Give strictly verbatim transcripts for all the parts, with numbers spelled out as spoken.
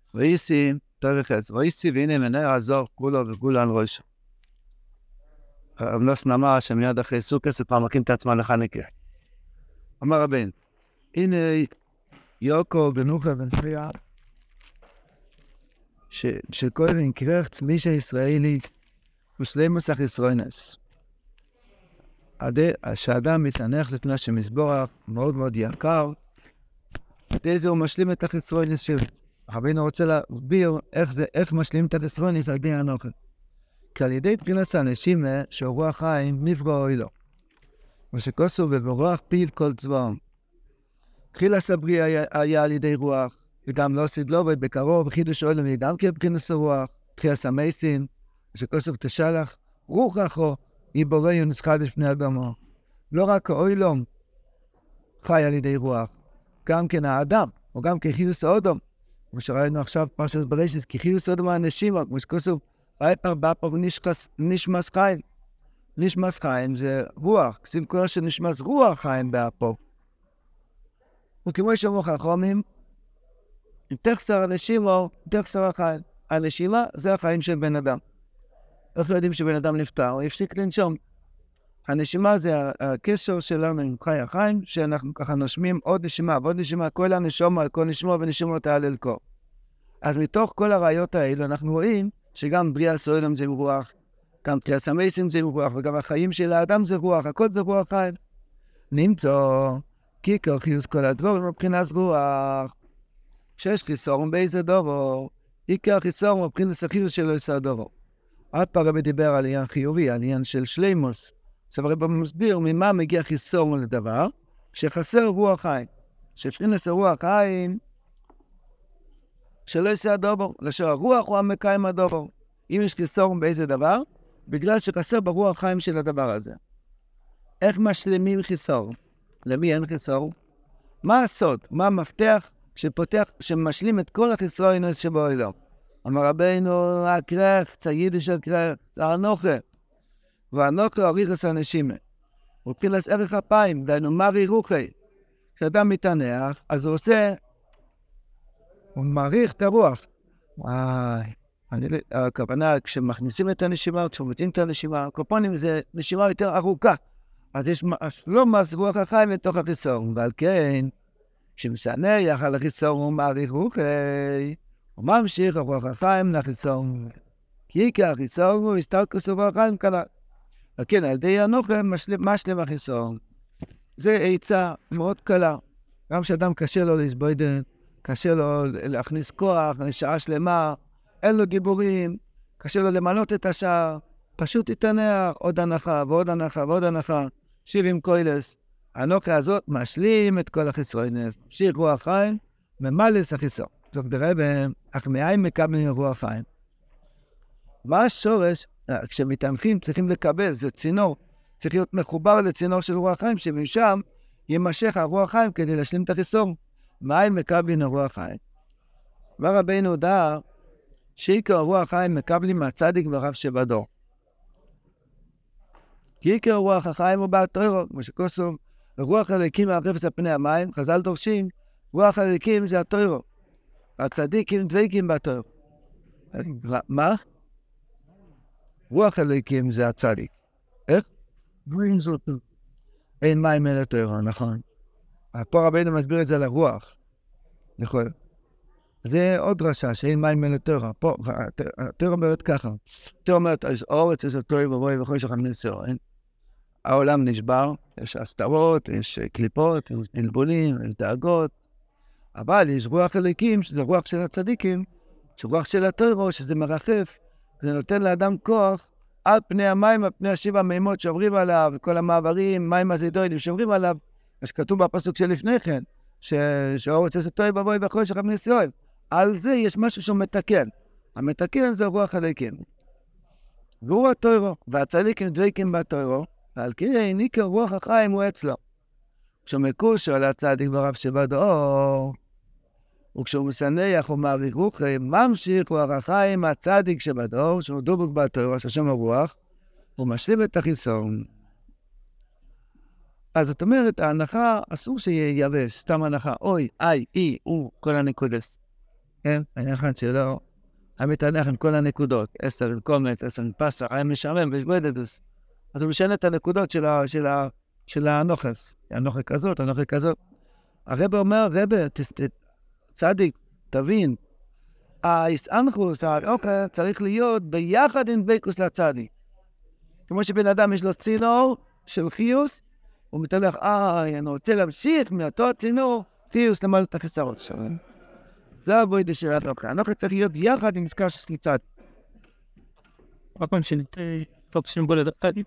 ואיסי, תורך עץ, ואיסי והנה מנהר הזור כולו וכולו על ראשו. רב נוסן אמר שמיד אחרי סוכות פעם מקים את עצמה לחניקה. אמר הבן, הנה יוקו בנוחה ונפריע, שקוראים קרחץ מישה ישראלי ושלימוס אך ישרוינס. שהאדם מצנח לפני שמסבורך מאוד מאוד יקר, עדי זה הוא משלים את החסרוינס שלו. רבינו רוצה להסביר איך זה, איך משלים את החסרוינס על ידי הנוכל. כי על ידי בחינת האנשים שרוח חיים נפגע אוילו. ושכוסו וברוח פיל כל צבאום. תחילה סברי היה, היה על ידי רוח, וגם לא סדלו ובקרוב חידוש עולם גם כבחינת הרוח, תחילה סמייסין, ושכוסו תשלח רוח אחו, יבורא ונסחד לפני אדמו. לא רק האוילום חי על ידי רוח, גם כן האדם, או גם כחיוס האודום. כמו שראינו עכשיו פרשת בראשית, כחיוס האודום האנשים, כמו שכוסו, ויפר באפר נשמס חיים. נשמס חיים זה רוח, כסיב כל שנשמס רוח חיים באפר. וכמו שאומרו חכמים, תחסר הנשימו, תחסר החיים. הנשימה זה החיים של בן אדם. איך יודעים שבן אדם נפטר? הוא הפסיק לנשום. הנשימה זה הקשר שלנו עם חי החיים, שאנחנו ככה נושמים עוד נשימה ועוד נשימה, כל הנשומה, כל נשימה ונשימה תעלל כה. אז מתוך כל הראיות האלו אנחנו רואים שגם בריאה סוילם זה רוח, גם תחייה סמייסים זה רוח, וגם החיים של האדם זה רוח, הכל זה רוח חיים. נמצא כי כרחיוס כל הדבורים מבחינת רוח, שיש חיסורם באיזה דובר, עיקר חיסורם מבחינת החיוס שלו יסר דובר. עד פעם רבי דיבר על עניין חיובי, על עניין של שלימוס. עכשיו רבי מסביר ממה מגיע חיסורם לדבר, שחסר רוח חיים. שבחינת הרוח חיים, שלא יסר דובר, לשאר הרוח הוא המקיים הדובר. אם יש חיסורם באיזה דבר, בגלל שחסר ברוח חיים של הדבר הזה. איך משלימים חיסור? למי אין חיסור? מה הסוד? מה המפתח שפותח, שמשלים את כל החיסורינוס שבו אלו? אמר רבינו, הקרח, ציידיש הקרח, זה הנוכה. והנוכה אריכס הנשימה. הוא פחילס ערך אפיים, דיינו מרי רוחי. כשאדם מתענח, אז הוא עושה, הוא מעריך את הרוח. וואי, אני, הכוונה, כשמכניסים את הנשימה, כשמוצאים את הנשימה, הקופונים זה נשימה יותר ארוכה. אז יש לא מס רוח החיים לתוך החיסור. ועל כן, כשמשנח על החיסור הוא מעריך רוחי, הוא ממשיך הרוח החיים לחיסור. כי כי החיסור הוא הסתלקוס רוח החיים כלל. וכן, על ידי הנוכה משלים החיסור. זה עצה מאוד קלה. גם שאדם קשה לו להסבוידן, קשה לו להכניס כוח, שעה שלמה, אין לו גיבורים, קשה לו למלות את השעה, פשוט יתענח עוד הנחה ועוד הנחה ועוד הנחה, שבעים קוילס. הנוכה הזאת משלים את כל החיסורינס. ממשיך רוח חיים, ממלס החיסור. זאת דרבה, אך מאין מקבלים רוח חיים. מה השורש? כשמתענכים צריכים לקבל, זה צינור. צריך להיות מחובר לצינור של רוח חיים, שמשם יימשך הרוח חיים כדי להשלים את החיסור. מאין מקבלים רוח חיים? דבר רבינו הודע, שעיקר הרוח חיים מקבלים מהצדיק ורב שבדור. כי עיקר רוח החיים הוא בתורה, כמו שכוסו, רוח הליקים מהרפס על פני המים, חז"ל דורשים, רוח הליקים זה התורה. הצדיקים דבקים בתורה. מה? רוח הליקים זה הצדיק. איך? דברים זאת. אין מים אל התורה, נכון. פה רבינו מסביר את זה לרוח. נכון. זה עוד דרשה, שאין מים אל התורה. פה, התורה אומרת ככה. התורה אומרת, האורץ יש התורה ובואי וכל שכם נסור. העולם נשבר, יש הסתרות, יש קליפות, יש בלבולים, יש דאגות. אבל יש רוח הליקים, שזה רוח של הצדיקים, שרוח של התורה, שזה מרחף, זה נותן לאדם כוח על פני המים, על פני השבע מימות שעוברים עליו, וכל המעברים, מים הזידוידים שעוברים עליו, אז כתוב בפסוק שלפני כן, שהאורץ יש התורה ובואי וכל שכם נסור. על זה יש משהו שהוא מתקן. המתקן זה רוח הליקים. והוא התורה, והצדיקים דבקים בתורה, ועל כן עיקר רוח החיים הוא אצלו. כשהוא מקושר לצדיק ורב שבדור, וכשהוא משנח הוא מעריך רוחי, ממשיך רוח החיים הצדיק שבדור, שהוא דבוק בתורה, שהשם הרוח, הוא משלים את החיסון. אז זאת אומרת, ההנחה אסור שיהיה יבש, סתם הנחה, אוי, איי, אי, או, כל הנקודס. כן, היה אחד שלא, היה מתענך עם כל הנקודות, עשר עם קומץ, עשר עם פסח, היה משעמם ויש בודדוס. אז הוא משנה את הנקודות של, ה, של, ה, של הנוחס. הנוחק כזאת, הנוחק כזאת. הרב אומר, רב, צדיק, תבין, האיסאנחוס, האוכל, צריך להיות ביחד עם דבקות לצדיק. כמו שבן אדם יש לו צינור של חיוס, הוא מתהלך, אה, אני רוצה להמשיך מאותו צינור, חיוס למעלה את החיסרות שלו. זה הבוידה של האוכל. האוכל צריך להיות יחד עם מזכר של צדיק. רק פעם שנצא פוקסים בו לדעת.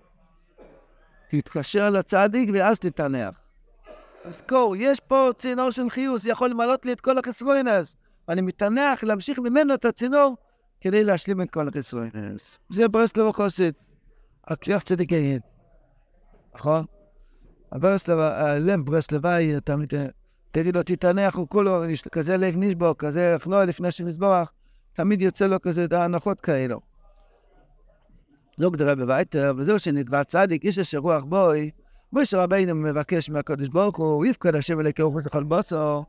תתקשר לצדיק ואז תתענח. אז קור, יש פה צינור של חיוס, יכול למלות לי את כל החסרוינס. ואני מתענח להמשיך ממנו את הצינור כדי להשלים את כל החסרוינס. זה ברסלב החוסית. הכריח צדיקי. נכון? הברסלב, הלם ברסלבי, אתה תגיד לו, תתענח, הוא כולו, כזה לב נשבו, כזה אכנוע לפני שמזבוח, תמיד יוצא לו כזה הנחות כאלו. זו גדרה בביתר, וזהו שנדבר צדיק, איש אשר רוח בוי, מויש רבינו מבקש מהקדוש ברוך הוא, יפקד השם אלוקי רוחו לכל בוסו,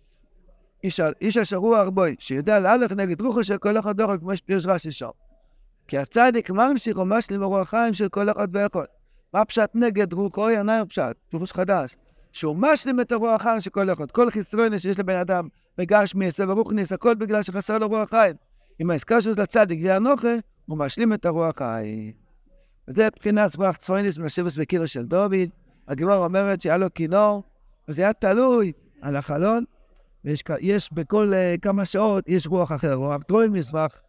איש אשר רוח בוי, שיודע להלך נגד רוחו של כל אחד דורך, כמו שפירוש רש"י שם. כי הצדיק ממשיך ומשלים ברוח חיים של כל אחד ואחד. מה פשט נגד רוחו? ינאי פשט, פירוש חדש. שהוא משלים את הרוח חיים של כל אחד. כל חסרון שיש לבן אדם, בגש מייסר ורוחניס, הכל בגלל שחסר לו רוח חיים. עם העסקה שלו לצדיק והנוכה, הוא משלים את הרוח חיים. וזה מבחינת רוח צפוינס מנשבס בקילו של דוד. הגמרא אומרת שהיה לו כינור, וזה היה תלוי על החלון, ויש יש בכל uh, כמה שעות יש רוח אחר, רוח דרוי מזרח.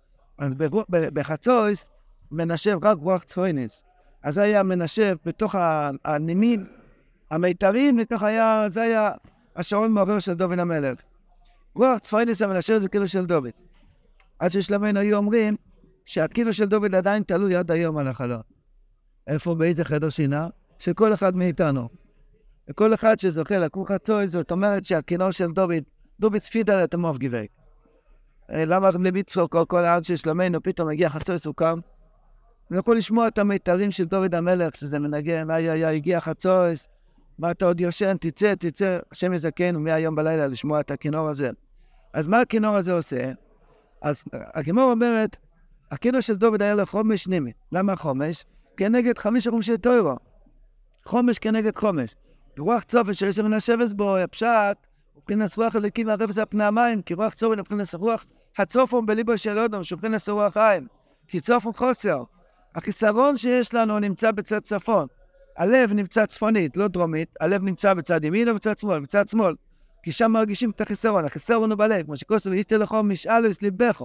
בחצויס מנשב רק רוח צפוינס. אז זה היה מנשב בתוך הנימים המיתרים, וכך היה, זה היה השעון מעורר של דוד המלך. רוח צפוינס המנשב בקילו של דוד. עד ששלמנו היו אומרים שהקילו של דוד עדיין תלוי עד היום על החלון. איפה, באיזה חדר שינה? של כל אחד מאיתנו. וכל אחד שזוכה לקרוא חצוי, זאת אומרת שהכינור של דוד, דוד ספידה לתמוב גבי. למה לביצחוק או כל העד ששלמנו פתאום הגיע חצוי סוכם? אני יכול לשמוע את המיתרים של דוד המלך, שזה מנגן, מה היה, הגיע חצוי, מה אתה עוד יושן, תצא, תצא, השם יזכנו מהיום בלילה לשמוע את הכינור הזה. אז מה הכינור הזה עושה? אז הגמרא אומרת, הכינור של דוד היה לו חומש נימי. למה חומש? כנגד חמישה חומשי תוירו. חומש כנגד חומש. רוח צופן שיש מנשבס בו, הפשט, ובחינס רוח אלוקים והרפס על פני המים, כי רוח צופן ובחינס רוח הצופן בליבו של אודום, שבחינס רוח חיים. כי צופן חוסר. החיסרון שיש לנו נמצא בצד צפון. הלב נמצא צפונית, לא דרומית. הלב נמצא בצד ימין או בצד שמאל, בצד שמאל. כי שם מרגישים את החיסרון. החיסרון הוא בלב, כמו שכוסו וישתה לכו משאלו יסליבכו.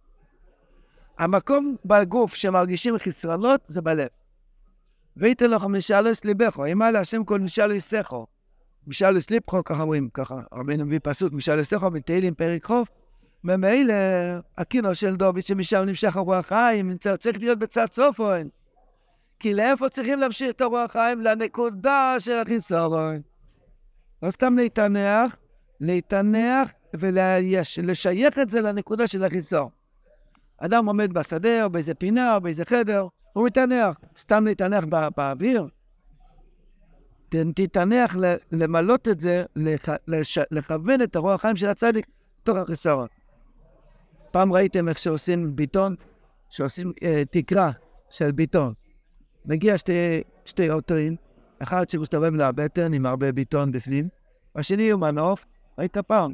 המקום בגוף שמרגישים חסרונות זה בלב. ויתן לך משאלו יסליבכו, אם עלה השם כל משאלו יסכו. משאלו יסליבכו, ככה אומרים, ככה, רבינו מביא פסוק, משאלו יסכו, בתהילים פרק חוף. ממילא, הכינור של דוד שמשם נמשך הרוח חיים, צריך להיות בצד צופון. כי לאיפה צריכים להמשיך את הרוח חיים? לנקודה של החיסרון. לא סתם להתענח, להתענח ולשייך את זה לנקודה של החיסרון. אדם עומד בשדה או באיזה פינה או באיזה חדר, הוא מתענח. סתם להתענח בא, באוויר. תתענח למלות את זה, לח, לש, לכוון את הרוח חיים של הצדיק תוך החיסרון. פעם ראיתם איך שעושים ביטון, שעושים אה, תקרה של ביטון. מגיע שתי, שתי אוטואים, אחד שמסתובב לבטן עם הרבה ביטון בפנים, והשני הוא מנוף, ראית פעם.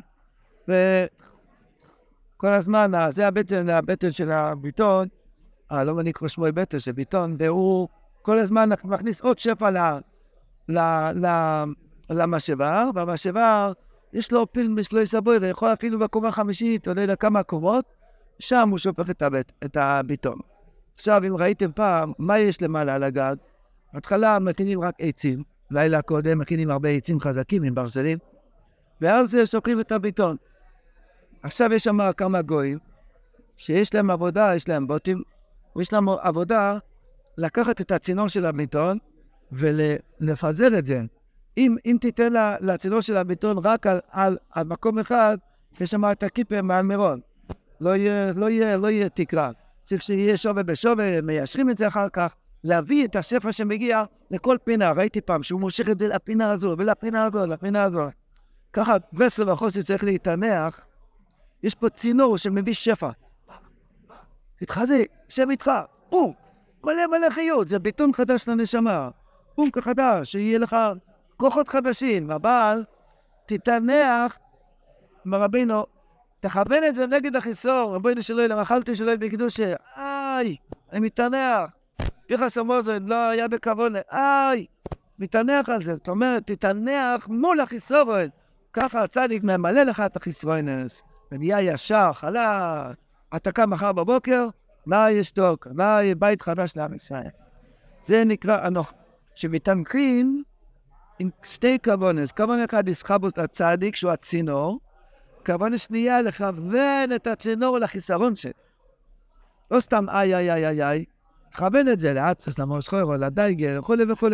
וכל הזמן, זה הבטן, הבטן של הביטון, אה, לא מניק רשמוי בטן של ביטון, והוא כל הזמן מכניס עוד שפע ל, ל, ל, למשבר, והמשבר יש לו פיל משלוי סבוי, ויכול אפילו בקומה חמישית, או לא יודע כמה קומות, שם הוא שופך את, הבט, את הביטון. עכשיו, אם ראיתם פעם, מה יש למעלה על הגג? בהתחלה מכינים רק עצים, לילה קודם מכינים הרבה עצים חזקים עם ברזלים, ועל זה שופכים את הביטון. עכשיו יש שם כמה גויים, שיש להם עבודה, יש להם בוטים, ויש להם עבודה לקחת את הצינור של הביטון, ולפזר את זה. אם, אם תיתן לצינור של הביטון רק על, על, על מקום אחד, יש שם את הכיפה מעל מירון. לא יהיה, לא יהיה, לא יהיה תקרה. צריך שיהיה שווה בשווה, מיישרים את זה אחר כך, להביא את השפע שמגיע לכל פינה. ראיתי פעם שהוא מושך את זה לפינה הזו, ולפינה הזו, לפינה הזו. ככה וסל וחוסי צריך להתענח, יש פה צינור שמביא שפע. תתחזק, שב איתך, בום, מלא מלא חיות, זה ביטון חדש לנשמה. בום כחדש, שיהיה לך כוחות חדשים, אבל תתענח, אמר רבינו, תכוון את זה נגד החיסור, רבינו שלא יהיה למחלתי שלא יהיה בקדושה, איי, אני מתענח, פרחס המוזן לא היה בכוונה, איי, מתענח על זה, זאת אומרת, תתענח מול החיסורן, ככה הצדיק ממלא לך את החיסרונס, ונהיה ישר, חלה, אתה קם מחר בבוקר, מה יש תוק, מה יהיה בית חדש לעם ישראל. זה נקרא אנוך, שמתענכים עם שתי כוונס, כוון אחד יסחבות הצדיק שהוא הצינור, כוון שנייה לכוון את הצינור לחיסרון שלו. לא סתם איי איי איי איי איי, לכוון את זה לעצס, למושכור, לדייגר, וכו' וכו'.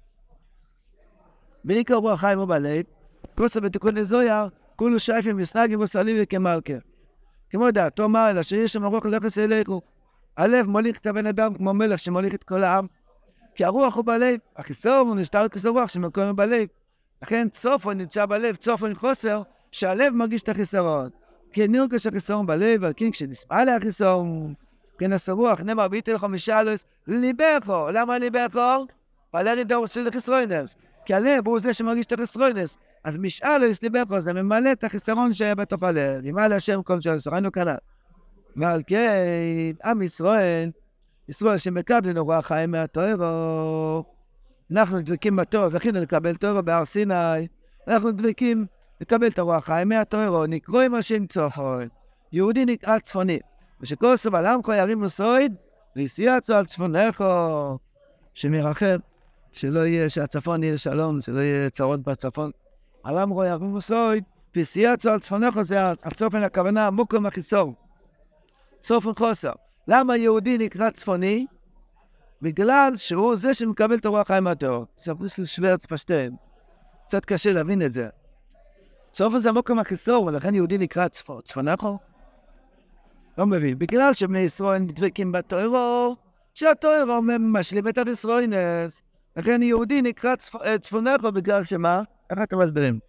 בעיקר רוח חיים ובלב, כוסה בתיקון לזויר, כולו שייפים מסנגים וסלים וכמלכר. כמו דעתו אמר אלא שיש שם הרוח לחס אליכו. הלב מוליך את הבן אדם כמו מלך שמוליך את כל העם. כי הרוח הוא בלב, החיסור הוא נשתר כסור רוח שמקום בלב. לכן צופו נמצא בלב, צופו חוסר, שהלב מרגיש את החיסרון. כי נרגש החיסרון בלב, אבל כן כשנספע לה החיסרון, כן הסרוח, נאמר ביטל לך משאלוס, ליבכו. למה ליבכו? פעלה ידעו של החיסרונס. כי הלב הוא זה שמרגיש את החיסרונס. אז משאלוס ליבכו, זה ממלא את החיסרון שהיה בתוך הלב. ימלא השם כל של סורנו כנל. ועל כן, עם ישראל, ישראל שמקבלנו רוח חיים מהתורה, אנחנו דבקים בתורה, זכינו לקבל תורה בהר סיני, אנחנו דבקים לקבל את הרוח חיים מהתורה, נקרוא עם השם צוחון, יהודי נקרא צפוני, ושכל סבל עמך ירים נוסויד, ויסייעצו על צפונך, שמרחם, שלא יהיה, שהצפון יהיה לשלום, שלא יהיה צרות בצפון, על עמך ירים נוסויד, ויסייעצו על צפונך, זה הצופן הכוונה, מוקם החיסור, צופן חוסר. למה יהודי נקרא צפוני? בגלל שהוא זה שמקבל את הרוח חיים מהתורה. ספריס לשוורץ פשטיין. קצת קשה להבין את זה. צופן זה מוקם החיסור, ולכן יהודי נקרא צפון. צפונכו? לא מבין. בגלל שבני ישראל דבקים בתורה, שהתורה משלים את החיסרונס. לכן יהודי נקרא צפ... צפונכו בגלל שמה? איך אתם מסבירים?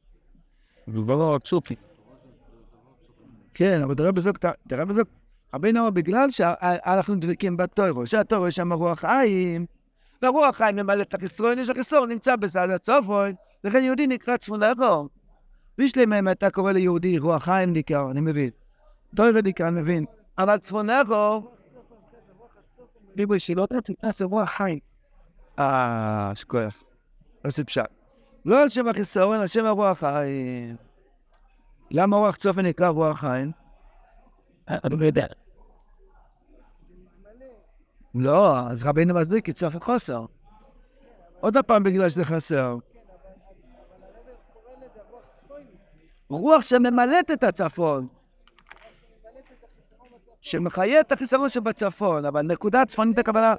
זה לא צופי. כן, אבל תראה בזוק, תראה בזוק. רבינו אמר בגלל שאנחנו דבקים בתורה, שהתורה יש שם רוח חיים, והרוח חיים ממלא את החיסרון, החיסור נמצא בצד הצופון, לכן יהודי נקרא צפונכו. בשלם מהם אתה קורא ליהודי רוח חיים ניכר, אני מבין. תורה ניכר, אני מבין. אבל צפונכו, ביבוי שאלות עצמך זה רוח חיים. אה, שכוח. לא שפשט. לא על שם החיסרון, על שם הרוח חיים. למה רוח צופן נקרא רוח חיים? אני לא יודע. לא, אז רבינו מסביר כי צופן חוסר. עוד הפעם בגלל שזה חסר. רוח שממלאת את הצפון. שמחיה את החיסרון שבצפון, אבל נקודה צפונית הכוונה.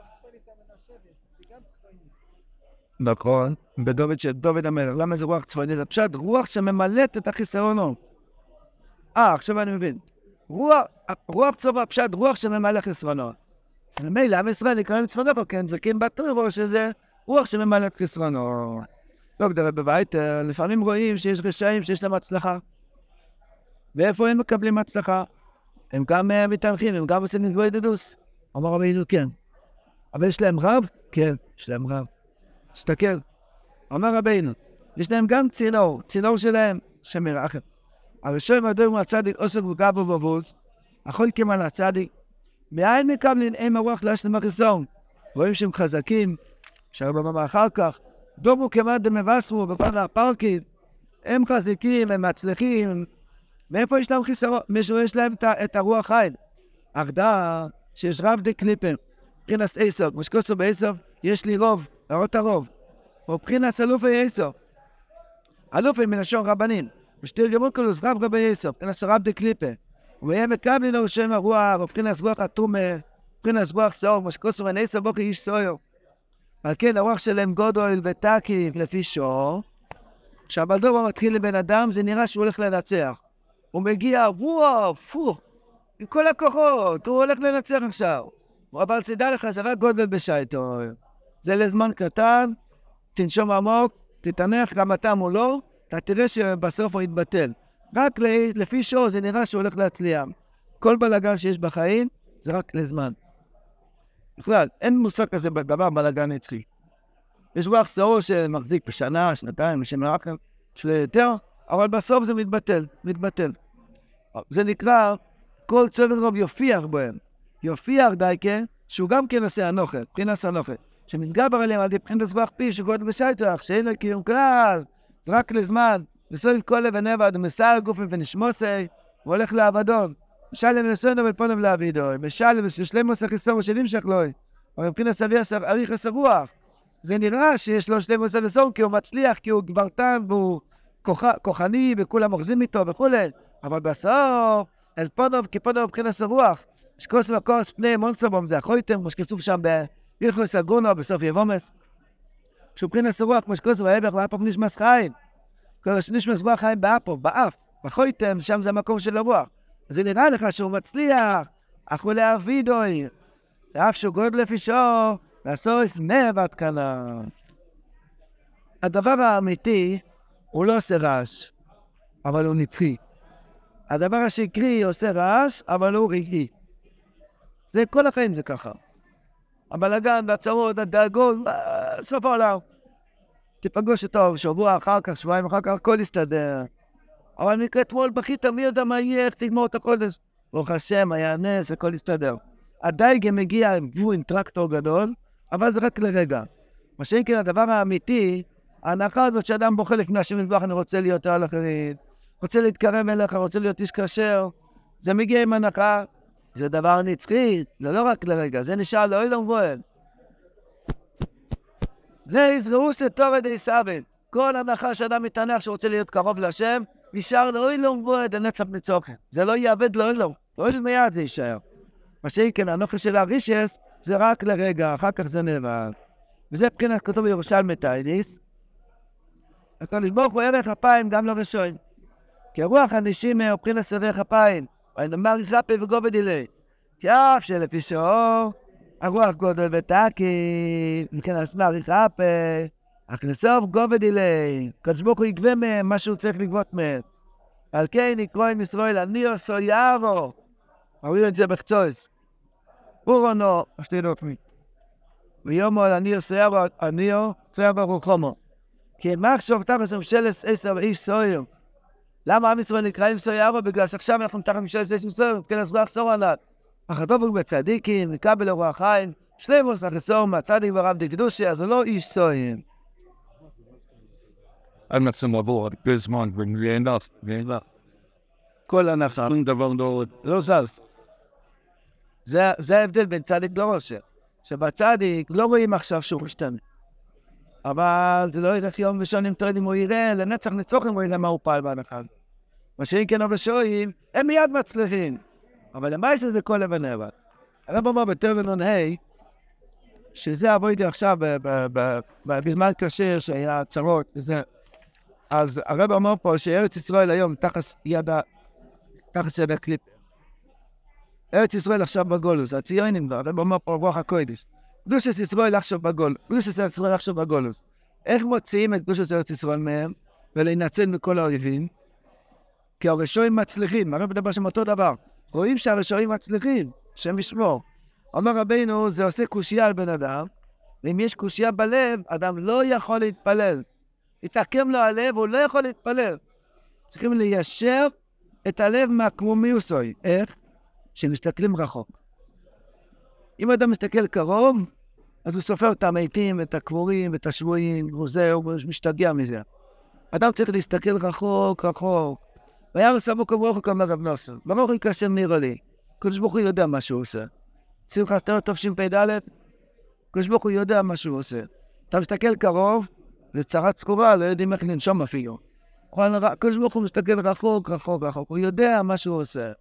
נכון, בדוד של דוד המלך. למה זה רוח צפונית? זה פשוט רוח שממלאת את החיסרונות. אה, עכשיו אני מבין. רוח, רוח צבא פשט, רוח שממלא חסרונות. מילא, עם ישראל נקראים צפונות, כן, דבקים בתורה שזה רוח שממלא חסרונות. לא כדאי בבית, לפעמים רואים שיש רשעים שיש להם הצלחה. ואיפה הם מקבלים הצלחה? הם גם מתארחים, הם גם עושים נתבוי דדוס. אמר רבינו, כן. אבל יש להם רב? כן, יש להם רב. תסתכל. אמר רבינו, יש להם גם צינור, צינור שלהם, שמרחם. הראשון מדועים הצדיק עוסק וגבו ובוז, החולקים על הצדיק, מאין מקבלים הם הרוח להשלם החיסרון. רואים שהם חזקים, שהרבמה אחר כך, דומו כמעט דמבשרו בפן הפרקית, הם חזקים, הם מצליחים, מאיפה יש להם חיסרון? מישהו יש להם את הרוח חיים. אך דע שיש רב די קליפר, מבחינס עשב, משקוסו בעשב, יש לי רוב, להראות הרוב. מבחינס אלופי עשב, אלופי מלשון רבנים, ושתיר גמוקלוס רב רבי עשב, מבחינס רב די קליפר. והיה מקבלים לו שם הרוח, מבחינס רוח התומה, מבחינס רוח סעור, משקוסו ועשב בוכי איש סוער. על כן הרוח שלהם גודל ותקיף לפי שור, כשהבלדור מתחיל לבן אדם, זה נראה שהוא הולך לנצח. הוא מגיע, וואו, פו, עם כל הכוחות, הוא הולך לנצח עכשיו. אבל תדע לך, זה רק גודל בשייטו. זה לזמן קטן, תנשום עמוק, תתענך גם אתה מולו, אתה תראה שבסוף הוא יתבטל. רק לפי שור זה נראה שהוא הולך להצליח. כל בלגן שיש בחיים זה רק לזמן. בכלל, אין מושג כזה דבר בלגן נצחי. יש רוח שעור שמחזיק בשנה, שנתיים, בשנה אחת, של יותר, אבל בסוף זה מתבטל, מתבטל. זה נקרא, כל צובר רוב יופיח בהם. יופיח דייקה, שהוא גם כן עושה הנוחת, מבחינת הנוחת. שמתגבר עליהם על מבחינת רוח פיו, שגוד בשייטוח, שאין לו קיום כלל, זה רק לזמן, וסוף כל לב הנבד, ומסר גופים ונשמוסי, והולך לעבדון. משלם לסונו ולפונם לעבידו, משלם ושלם עושה חיסור של המשך לוי, אבל מבחינת סביר אריך הסרוח. זה נראה שיש לו שלם עושה חיסור, כי הוא מצליח, כי הוא גברתן, והוא כוחני, וכולם אוחזים איתו וכולי, אבל בסוף, אל פונוב, כי פונוב מבחינת הרוח, שקוס וקוס פני מונסובום, זה החויתם, כמו שכתוב שם בהלכות הגונו, בסוף יבומס, שבחינת הרוח, כמו שקוס והאבך, ואפו נשמס חיים, כל שנשמס רוח חיים באפו, באף, בחויתם, שם זה המקום של הרוח. זה נראה לך שהוא מצליח, אך הוא להבידוי, ואף שהוא גוד לפי שור, לעשות נבד כנה. הדבר האמיתי, הוא לא עושה רעש, אבל הוא נצחי. הדבר השקרי עושה רעש, אבל הוא רגעי. זה כל החיים זה ככה. הבלגן, הצרות, הדאגות, סוף העולם. תפגוש אותו שבוע אחר כך, שבועיים אחר כך, הכל יסתדר. אבל מקרה אתמול בכית, מי יודע מה יהיה, איך תגמור את החודש. ברוך השם, היה נס, הכל יסתדר. הדייגה מגיע והוא עם טרקטור גדול, אבל זה רק לרגע. מה שאין כן, הדבר האמיתי, ההנחה הזאת שאדם בוכה לפני השם מזבח, אני רוצה להיות על אחרים, רוצה להתקרב אליך, רוצה להיות איש כשר, זה מגיע עם הנחה, זה דבר נצחי, זה לא רק לרגע, זה נשאר לאוי לא מבואל. זה יזרעו סתור ידי סבת. כל הנחה שאדם מתענך שרוצה להיות קרוב להשם, נשאר לאוי לא מבואל, דנצח נצוחן. זה לא יעבד לאוי לא, לאוי מיד זה יישאר. מה שכן, הנוכל של הרישס, זה רק לרגע, אחר כך זה נבד. וזה מבחינת כתוב בירושלמי תיידיס. הקדוש ברוך הוא ערך אפיים גם לראשון. כי הרוח הנשימה הוא מבחינת ערך אפיים. ונאמר יספי וגובד אילי. כי אף שלפי שור, הרוח גודל ותקי, וכן עצמה עריך אפי, אך לסוף גובד אילי. הקדוש ברוך הוא יגבה מהם מה שהוא צריך לגבות מהם. על כן יקרוא עם ישראל, אני עשו יערו. אומרים את זה בחצויס. אורונו, אשתינו כמי. ויומו על אני עשו יערו, אני עשו יערו רוחומו. כי מה עכשיו תחת ממשלת עשר איש סויר? למה עם ישראל נקראים סוירו? בגלל שעכשיו אנחנו תחת ממשלת עשר סויר, כן אז רוח סור ענת. החטוב הוא בצדיקים, נקבל לרוח חיים, שלמוס החסור מהצדיק ורב דקדושי, אז הוא לא איש סויר. I'm not some level of good man for me and us. כל הנחה. שום דבר לא... לא זז. זה, זה ההבדל בין צדיק לראש. שבצדיק לא רואים עכשיו שהוא משתנה. אבל זה לא ילך יום ושונים תורד אם הוא יראה, לנצח נצוח אם הוא יראה מה הוא פעל בהנחה. מה שאם כן ובשויים, הם מיד מצליחים. אבל למעשה זה כל לבן נבד. הרב אומר בתורנון ה' שזה עבודי עכשיו בזמן קשה שהיה צרות וזה. אז הרב אומר פה שארץ ישראל היום תחת יד תחת יד הקליפ. ארץ ישראל עכשיו בגולוס, הציונים, הרב אומר פה רוח הקודש. קדושת ישראל עכשיו בגולוס, קדושת ארץ ישראל עכשיו בגולוס. איך מוציאים את קדושת ארץ ישראל מהם ולהינצל מכל האויבים? כי הרשעים מצליחים, הרב מדבר שם אותו דבר. רואים שהרשעים מצליחים, שם ישמור. אומר רבינו, זה עושה קושייה על בן אדם, ואם יש קושייה בלב, אדם לא יכול להתפלל. יתעקם לו הלב, הוא לא יכול להתפלל. צריכים ליישר את הלב מהקמומיוסוי. איך? שמסתכלים רחוק. אם אדם מסתכל קרוב, אז הוא סופר את המתים, את הקבורים, את השבויים, וזהו, הוא משתגע מזה. אדם צריך להסתכל רחוק, רחוק. וירא סמוך ברוך הוא כאמר רב נוסר. ברוך הוא כאשר נראה לי. קדוש ברוך הוא יודע מה שהוא עושה. שמחה שתראה תשפ"ד, קדוש ברוך הוא יודע מה שהוא עושה. אתה מסתכל קרוב, זה צרת צחורה, לא יודעים איך לנשום אפילו. קדוש ברוך הוא מסתכל רחוק, רחוק, רחוק. הוא יודע מה שהוא עושה.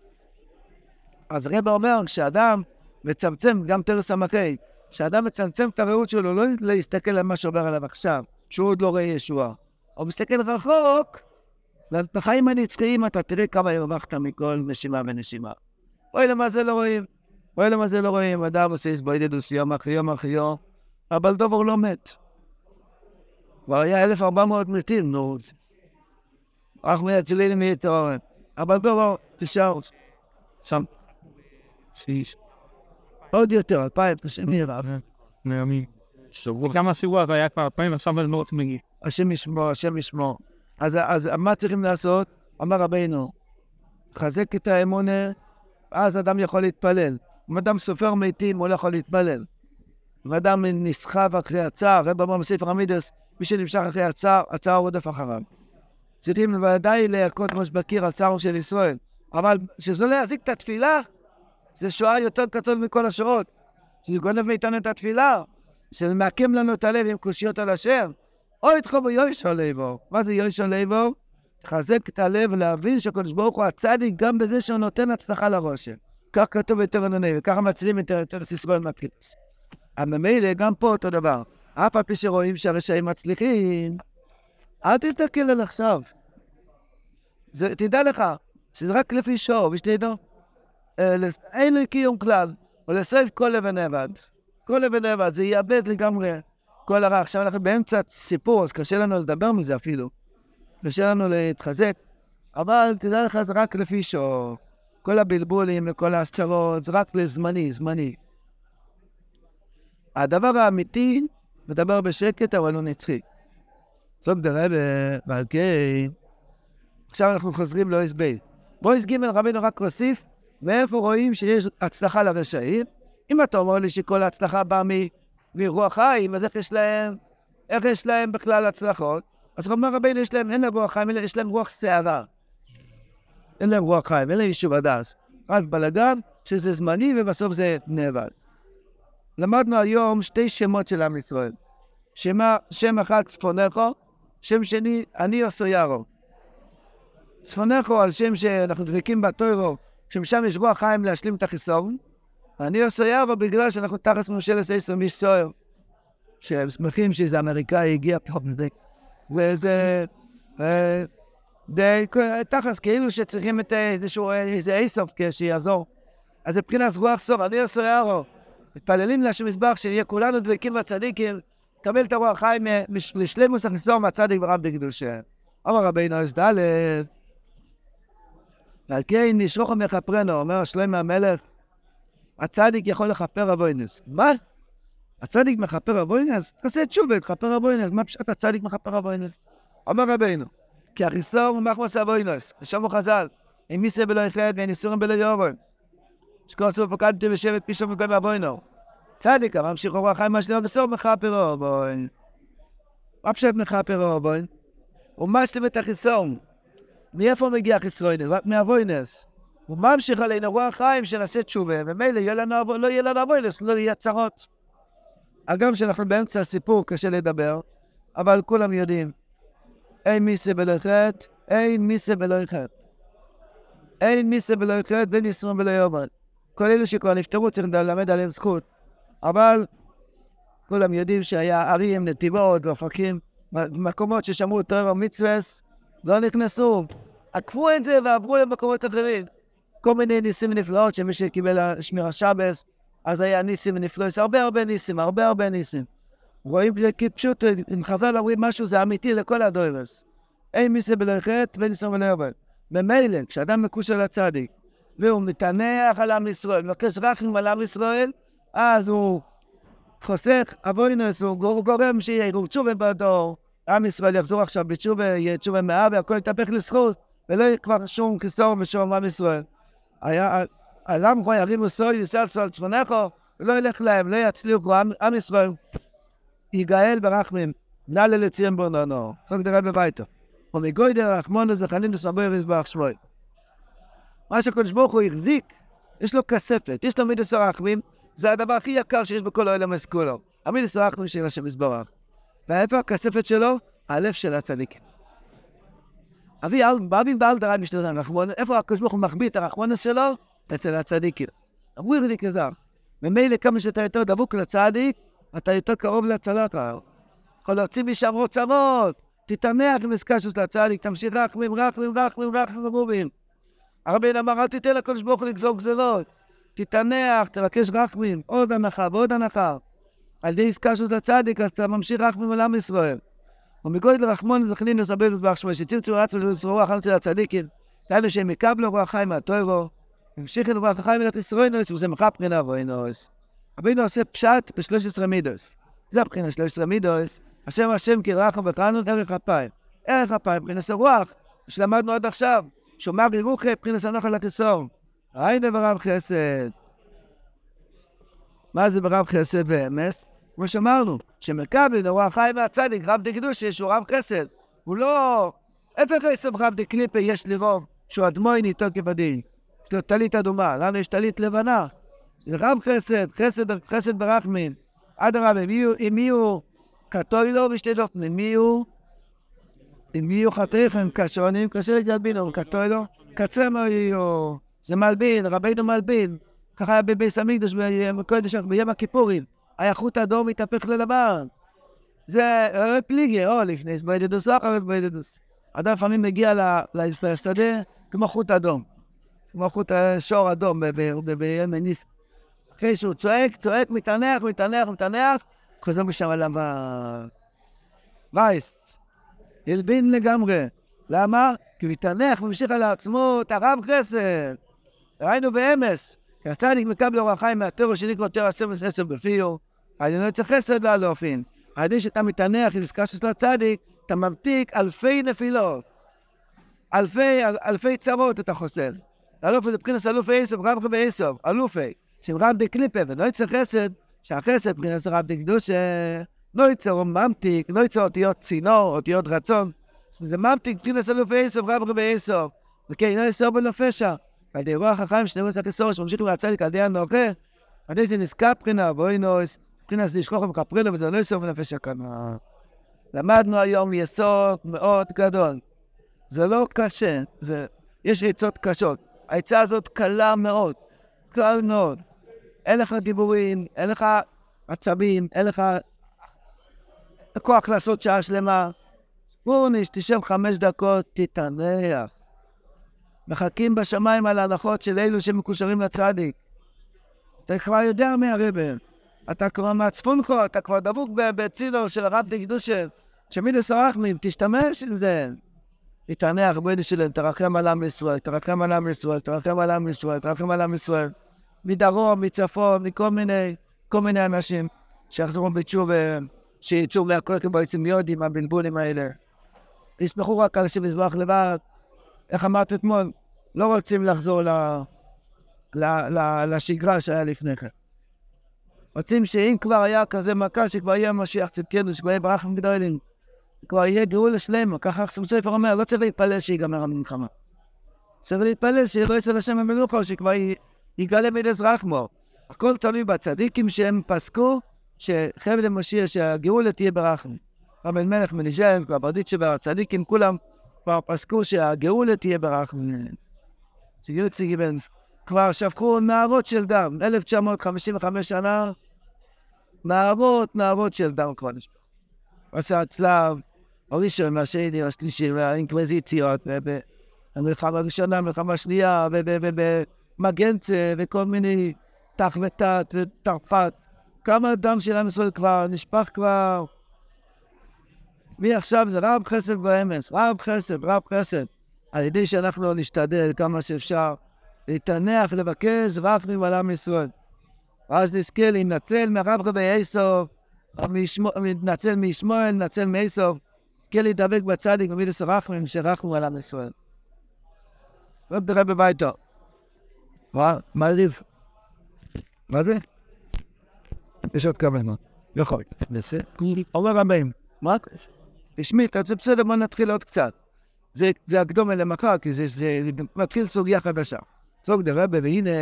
אז רב אומר, כשאדם מצמצם, גם תרס המקי, כשאדם מצמצם את הראות שלו, לא להסתכל על מה שעובר עליו עכשיו, שהוא עוד לא רואה ישועה. הוא מסתכל רחוק, בחיים הנצחיים אתה תראה כמה הרווחת מכל נשימה ונשימה. אוי למה זה לא רואים, אוי למה זה לא רואים, אדם עושה הסבוידדוס יום אחרי יום אחרי יום, אבל דובר לא מת. כבר היה אלף וארבע מאות מתים, נו. אנחנו מייצלים מיצר הרע. אבל בואו, בואו, תשאר. שם. שיש. עוד יותר, אלפיים, השם יראה. נעמי. שבוע. כמה סיבוב היה כבר אלפיים, עכשיו אני לא רוצים להגיע. השם ישמור, השם ישמור. אז, אז מה צריכים לעשות? אמר רבינו, חזק את האמונה, אז אדם יכול להתפלל. אם אדם סופר מתים, הוא לא יכול להתפלל. אם אדם נסחב אחרי הצער, רב אמר בספר המידס, מי שנמשך אחרי הצער, הצער רודף אחריו. צריכים ודאי להכות ראש בקיר על צער של ישראל. אבל שזה לא יזיק את התפילה, זה שואה יותר קטן מכל השואות. שזה גונב מאיתנו את התפילה, שזה מעקם לנו את הלב עם קושיות על השם. אוי התחובו יוישו ליבו. מה זה יוישו ליבו? חזק את הלב ולהבין שהקדוש ברוך הוא הצדיק גם בזה שהוא נותן הצלחה לרושם. כך כתוב יותר ענוני, וככה מצילים את ארץ ישראל מהקליפוס. אבל ממילא גם פה אותו דבר. אף על פי שרואים שהרשעים מצליחים, אל תסתכל על עכשיו. זה, תדע לך, שזה רק לפי שור, ושתדע, אין לו קיום כלל, ולסוף כל אבן אבד. כל אבן אבד, זה יאבד לגמרי כל הרע. עכשיו אנחנו באמצע סיפור, אז קשה לנו לדבר מזה אפילו. קשה לנו להתחזק, אבל תדע לך, זה רק לפי שור. כל הבלבולים וכל ההסתרות, זה רק לזמני, זמני. הדבר האמיתי, מדבר בשקט, אבל הוא נצחי. סוג דרבה, ועל כן, עכשיו אנחנו חוזרים לאויס בית. באויס ג' רבינו רק הוסיף, ואיפה רואים שיש הצלחה לרשעים? אם אתה אומר לי שכל ההצלחה באה מרוח חיים, אז איך יש להם, איך יש להם בכלל הצלחות? אז הוא אומר רבינו, יש להם, אין להם רוח חיים, יש להם רוח שערה. אין להם רוח חיים, אין להם יישוב הדס. רק בלגן, שזה זמני ובסוף זה נאבד. למדנו היום שתי שמות של עם ישראל. שמה, שם אחד צפונכו, שם שני אני עשו ירו. צפונכו על שם שאנחנו דבקים בתוירו, שמשם יש רוח חיים להשלים את החיסון. אני עשו ירו בגלל שאנחנו תחת ממשלת עשר מיש סוער. שהם שמחים שזה אמריקאי הגיע פה בזה. וזה... אה, די, תחת כאילו שצריכים את איזשהו איזה איסוף שיעזור. אז מבחינת רוח סור, אני עשו ירו. מתפללים להשם מזבח שנהיה כולנו דבקים בצדיקים, קבל את הרוח חיים לשלמוס החיסון מהצדיק ורב בקדושה. אמר רבינו אז ד' ועל כן נשלוחו מכפרנו, אומר שלמה המלך, הצדיק יכול לכפר אבוינס. מה? הצדיק מכפר אבוינס? תעשה תשובה, תכפר אבוינס. מה פשוט הצדיק מכפר אבוינס? אמר רבינו, כי החיסון הוא מחמוס אבוינס. ושמו חז"ל, אם מיסה בלא יפרד ואין איסורים בלא יורם. שכל סוף פקדתי בשבט פי שום וכל אבוינו. צדיק, אבל ממשיך רוח חיים משלים וסוף מכפר אבוין. מה פשוט מכפר אבוין? הוא משלים את החיסון. מאיפה מגיע החיסרון? רק מאבוינס. הוא ממשיך עלינו רוח חיים שנעשה תשובה, ומילא לא יהיה לנו אבוינס, לא יהיה צרות. אגם שאנחנו באמצע הסיפור קשה לדבר, אבל כולם יודעים. אין מיסה בלא חטא, אין מיסה בלא חטא. אין מיסה בלא חטא, בין ישרום ולא יאבד. כל אלו שכבר נפטרו צריך ללמד עליהם זכות. אבל כולם יודעים שהיה ערים, נתיבות ואופקים, מקומות ששמרו תורה ומצוות, לא נכנסו. עקפו את זה ועברו למקומות אחרים. כל מיני ניסים ונפלאות שמי שקיבל שמיר השבס, אז היה ניסים ונפלאות, הרבה הרבה ניסים, הרבה הרבה ניסים. רואים פשוט, אם חז"ל אומרים משהו, זה אמיתי לכל הדורס. אין מיסה בלא חטא, בין ישרום ולא יאבד. במילא, כשאדם מקושר לצדיק, והוא מתענח על עם ישראל, מבקש רחמים על עם ישראל, אז הוא חוסך אבוינוס, הוא גורם שיהיה תשובה בדור, עם ישראל יחזור עכשיו בתשובה, יהיה תשובה מאה, והכל יתהפך לזכות, ולא יהיה כבר שום חיסור ושום עם ישראל. העם כה ירימו סוי, יסלסו על צפונכו, ולא ילך להם, לא יצליחו, עם ישראל יגאל ברחמים, נעלה לציין ברננו, חוק דרב בביתו. ומגוידר רחמונו זכנינוס מבויר יזבח שמוי. מה שקדוש ברוך הוא החזיק, יש לו כספת, יש לו מידס הרחמים, זה הדבר הכי יקר שיש בכל העולם כולו. המידס הרחמים של השם יזברך. ואיפה הכספת שלו? הלב של הצדיק. אבי אבי בעל דרעי משתלטן רחמון, איפה הקדוש ברוך הוא מחביא את הרחמונס שלו? אצל הצדיקים. אמרו לי כזר. ממילא כמה שאתה יותר דבוק לצדיק, אתה יותר קרוב להצלחה. יכול להוציא משם רוצרות, תתענח עם הסקשוס לצדיק, תמשיך רחמים, רחמים, רחמים, רחמים ורובים. הרבי אמר, אל תיתן לקדוש ברוך הוא לגזור גזרות. תתענח, תבקש רחמים, עוד הנחה ועוד הנחה. על ידי הסקשוס לצדיק, אז אתה ממשיך רחמים על עם ישראל. ומגודל רחמון זכנין וסבל מזבח שמואל, שתרצו רצו לצרו רוח אמצל הצדיקים, תהיינו שהם יקבלו רוח חיים מהתוירו, המשיכו רוח החיים אלת ישרונוס, וזה מחר בחינה ואינוס. רבינו עושה פשט בשלוש עשרה מידוס. זה הבחינה שלוש עשרה מידוס, השם השם כי רחם וקראנו ערך אפיים. ערך אפיים, בחינס הרוח, שלמדנו עד עכשיו, שומר ירוחי, בחינס הנוח על הכסור. היינו ברב חסד. מה זה ברב חסד ואמס? כמו שאמרנו, שמקבל רוח חיים מהצדיק, רב דקדושה, שהוא רב חסד. הוא לא... איפה חסד רב דקליפה יש לי רוב, שהוא אדמויני תוקף הדין. יש לו טלית אדומה, לנו יש טלית לבנה. זה רב חסד, חסד, חסד ברחמין. עד הרב, אם יהיו קטוילו בשתי דופנים, אם יהיו, אם יהיו חתיכם קשונים, קשה להתלבינו, קטוילו, קצר מה יהיו, זה מלבין, רבינו מלבין, ככה היה בביס המקדוש, בקודש, ביום הכיפורים, היה חוט אדום מתהפך ללבן. זה לא פליגי, או לפני, זה בידדוס או אחרת בידדוס. אדם לפעמים מגיע לשדה כמו חוט אדום, כמו חוט שור אדום ביום הניס. אחרי שהוא צועק, צועק, מתענח, מתענח, מתענח, חוזר משם עליו וייס. ילבין לגמרי. למה? כי הוא מתענח וממשיך על עצמו את הרב חסד. ראינו באמס, כי הצדיק מקבל אור החיים מהתורה שנקרא תורה עשר עשר בפיו, העליון לא צריך חסד להלופין. העדיין שאתה מתענח עם עסקה של הצדיק, אתה ממתיק אלפי נפילות. אלפי, אלפי צרות אתה חוסר. אלופי זה בבחינת אלופי איסוף, רב רבי איסוף, אלופי. שהם רב דקליפה ולא יצא חסד, שהחסד בבחינת רב דקדושה, לא יצא ממתיק, לא יצא אותיות צינור, אותיות רצון. זה ממתיק בבחינת אלופי איסוף, רב רבי איסוף. וכן, לא יסור בנפשה. על ידי רוח החיים שני מוצא כסור, שממשיך מהצדיק על ידי הנוכה, על ידי זה נזכה בחינה, ואוי נויס, בחינה זה ישכוח ומכפרינו, וזה לא יסור בנפשה כאן. למדנו היום יסוד מאוד גדול. זה לא קשה, זה... יש עצות קשות. העצה הזאת קלה מאוד, קל מאוד. אין לך דיבורים, אין לך עצבים, אין לך כוח לעשות שעה שלמה. גורניש, תשב חמש דקות, תתענח. מחכים בשמיים על ההנחות של אלו שמקושרים לצדיק. אתה כבר יודע מהרבה. אתה כבר מעצפונך, אתה כבר דבוק בצינור של הרב דקדושה. שמידס הרחמים, תשתמש עם זה. תתענח בוידי שלהם, תרחם על עם ישראל, תרחם על עם ישראל, תרחם על עם ישראל, תרחם על עם ישראל. מדרום, מצפון, מכל מיני, כל מיני אנשים שיחזרו בתשובה, שיצאו מהכותים בעצם יודעים, הבלבולים האלה. יסמכו רק על שמזבח לבד. איך אמרת אתמול, לא רוצים לחזור ל, ל, ל, לשגרה שהיה לפני כן. רוצים שאם כבר היה כזה מכה, שכבר יהיה משיח צדקנו, שכבר יהיה ברחם גדולים, כבר יהיה גאולה שלמה, ככה ספר אומר, לא צריך להתפלל שיגמר המלחמה. צריך להתפלל שלא יצא לשם המלוכה, או שכבר יגלה מידס רחמו. הכל תלוי בצדיקים שהם פסקו, שחבל המשיח, שהגאולה תהיה ברחם. רבי מלך מליז'נס, כבר ברדית שבר, הצדיקים כולם, כבר פסקו שהגאולה תהיה ברחם. שיוצא גיבן. כבר שפכו נערות של דם, אלף תשע מאות חמישים וחמש שנה, נערות, נערות של דם כבר נשפך. עשה הצלב, הראשון, השני, השלישי, האינקוויזיציות, המלחמה הראשונה, המלחמה השנייה, במגנצה, וכל מיני תח ותת ותרפת. כמה דם של עם ישראל כבר נשפך כבר. מי עכשיו זה רב חסד באמס, רב חסד, רב חסד. על ידי שאנחנו נשתדל כמה שאפשר, להתענח, לבקש, רחמים על עם ישראל. ואז נזכה להינצל מהרב רבי איסוף, ננצל מישמואל, ננצל מאיסוף, נזכה להידבק בצדיק במידס הרחמים שרחמו על עם ישראל. רב דרב בביתו. מה? מה ריב? מה זה? יש עוד כמה זמן. יכול. נעשה? אומר רבים. מה? תשמעי, אתה רוצה בסדר, בוא נתחיל עוד קצת. זה, זה הקדום אלה מחר, כי זה, זה, זה מתחיל סוגיה חדשה. סוג דרבה, והנה,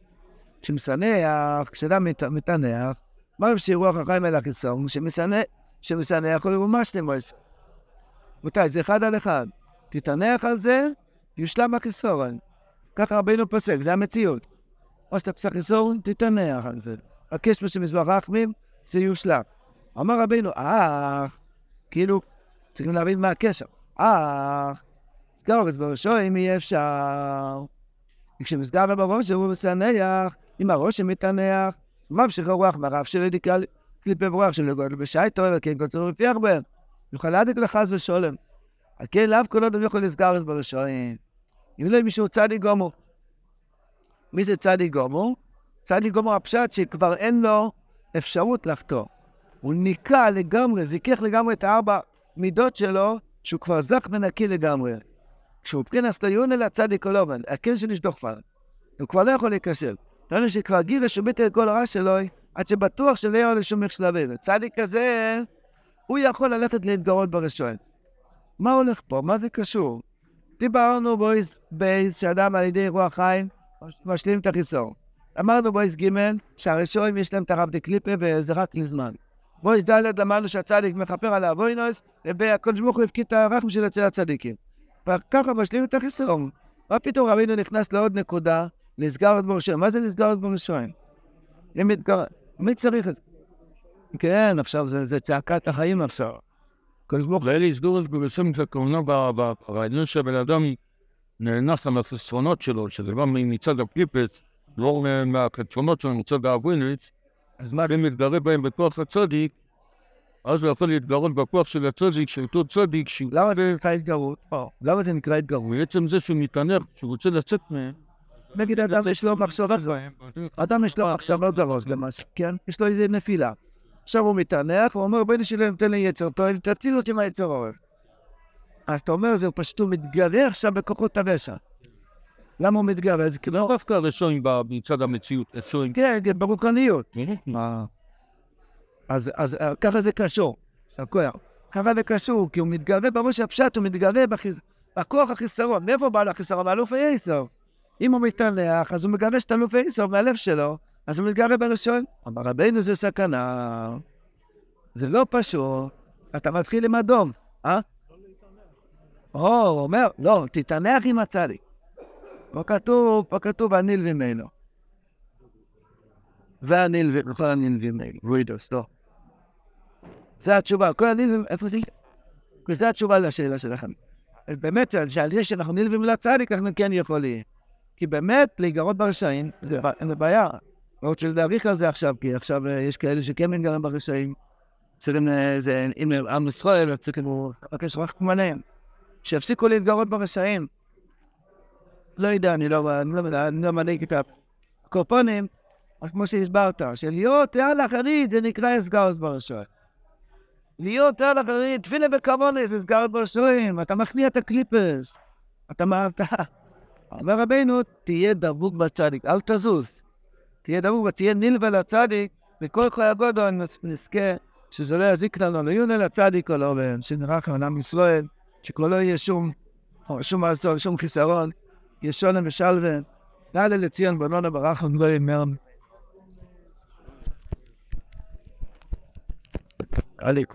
כשמסנח, כשאדם מת, מתענח, מה שרוח החיים אל החיסון, שמסנח, שמסנח הוא ממש למועס. מתי, זה אחד על אחד. תתענח על זה, יושלם החיסון. ככה רבינו פסק, זה המציאות. או שאתה פסק חיסון, תתענח על זה. הקש שמזבח רחמים, זה יושלם. אמר רבינו, אך, כאילו, צריכים להבין מה הקשר. אך, סגר את בראשו, אם יהיה אפשר. וכשמסגר בראש, הוא מסנח, אם הראש מתענח, ממשיך הרוח מהרב שלו, קליפי ברוח שלו, גודל בשייטו, וכן קוצר רפיח בהם. יוכל להדק לחס ושולם. כן, לאו כל אדם יכול לסגר ברשעים. אם לא מישהו צדיק גמור. מי זה צדיק גמור? צדיק גמור הפשט שכבר אין לו אפשרות לחתור. הוא ניקה לגמרי, זיכך לגמרי את הארבע מידות שלו, שהוא כבר זך ונקי לגמרי. כשהוא פרינס ליון אל הצדיק קולובן, הכן שנשדוך פעם. הוא כבר לא יכול להיקשר. ראינו שכבר גירה שומית את כל הרע שלו, עד שבטוח שלא יהיה לשום איך שלבים. צדיק כזה, הוא יכול ללכת להתגרות ברשעים. מה הולך פה? מה זה קשור? דיברנו בויס בייס, שאדם על ידי רוח חיים, משלים את החיסור. אמרנו בויס ג' שהרשעים יש להם את הרב דקליפה וזה רק לזמן. בויס ד' למדנו שהצדיק מכפר על האבוינוס, והקדוש ברוך הוא הפקיד את הרחם של אצל הצדיקים. וככה משלים את החיסור. מה פתאום רבינו נכנס לעוד נקודה, לסגר את ברשעים? מה זה לסגר את ברשעים? מי צריך את זה? כן, עכשיו זה צעקת החיים עכשיו. ואלה יסגור את ברשעים ככוונה ברעיון שהבן אדם נאנס על החסרונות שלו, שזה גם מצד הקליפס, לא מהחסרונות שלו, מצד האבוינוס, אז מה? אם מתגרה בהם בכוח הצדיק, אז הוא יכול להתגרות בכוח של הצדיק, של אותו צדיק, למה זה נקרא התגרות? למה זה נקרא התגרות? בעצם זה שהוא מתענך, שהוא רוצה לצאת מהם. נגיד אדם יש לו מחשבות, אדם יש לו מחשבות זרות למעשה, כן? יש לו איזה נפילה. עכשיו הוא מתענך, הוא אומר, בואי נשאלה, נתן לי יצר טוב, תציל אותי מהיצר אוהב. אז אתה אומר, זה פשוט הוא מתגרה עכשיו בכוחות הרשע. למה הוא מתגרה? זה כאילו... לא דווקא הרשעים מצד המציאות, הרשעים. כן, ברוחניות. אז ככה זה קשור. ככה זה קשור, כי הוא מתגרה בראש הפשט, הוא מתגרה בכוח החיסרון. מאיפה בא לחיסרון? מאלוף היסר. אם הוא מתענך, אז הוא מגרש את אלוף היסר מהלב שלו, אז הוא מתגרה ברשעים. אמר רבינו זה סכנה. זה לא פשוט. אתה מתחיל עם אדום, אה? או, הוא אומר, לא, תתענך עם הצדיק. פה כתוב, פה כתוב, הנלווים ממנו. והנלווים, וכל הנלווים ממנו. רוידוס, לא. זה התשובה, כל הנלווים, איפה זה? זה התשובה לשאלה שלכם. באמת, שעל זה שאנחנו נלווים לצדיק, אנחנו כן יכולים. כי באמת, להיגרות ברשעים, זה בעיה. לא רוצה להעריך על זה עכשיו, כי עכשיו יש כאלה שכן מתגרים ברשעים. צריכים, זה, אם עם ישראל, צריכים לבקש רק כמעניין. שיפסיקו להתגרות ברשעים. לא יודע, אני לא, אני לא, אני לא מנהיג את הקורפונים, כמו שהסברת, שלהיות על אחרית זה נקרא הסגרות ברשעים. להיות על אחרית, תפילה בכמוני זה הסגרות ברשעים, אתה מכניע את הקליפס, אתה מערתה. אומר רבינו, תהיה דבוק בצדיק, אל תזוז. תהיה דבוק, תהיה נלווה לצדיק, וכל חי הגודל נזכה שזה לא יזיק לנו, לא יונה לצדיק או לא, שנרחם על עם ישראל, שכל לא יהיה שום, שום מעשור, שום חיסרון, ישונה ושלווה, נעלה לציון בנונה ברחם לא ימר. עליקו.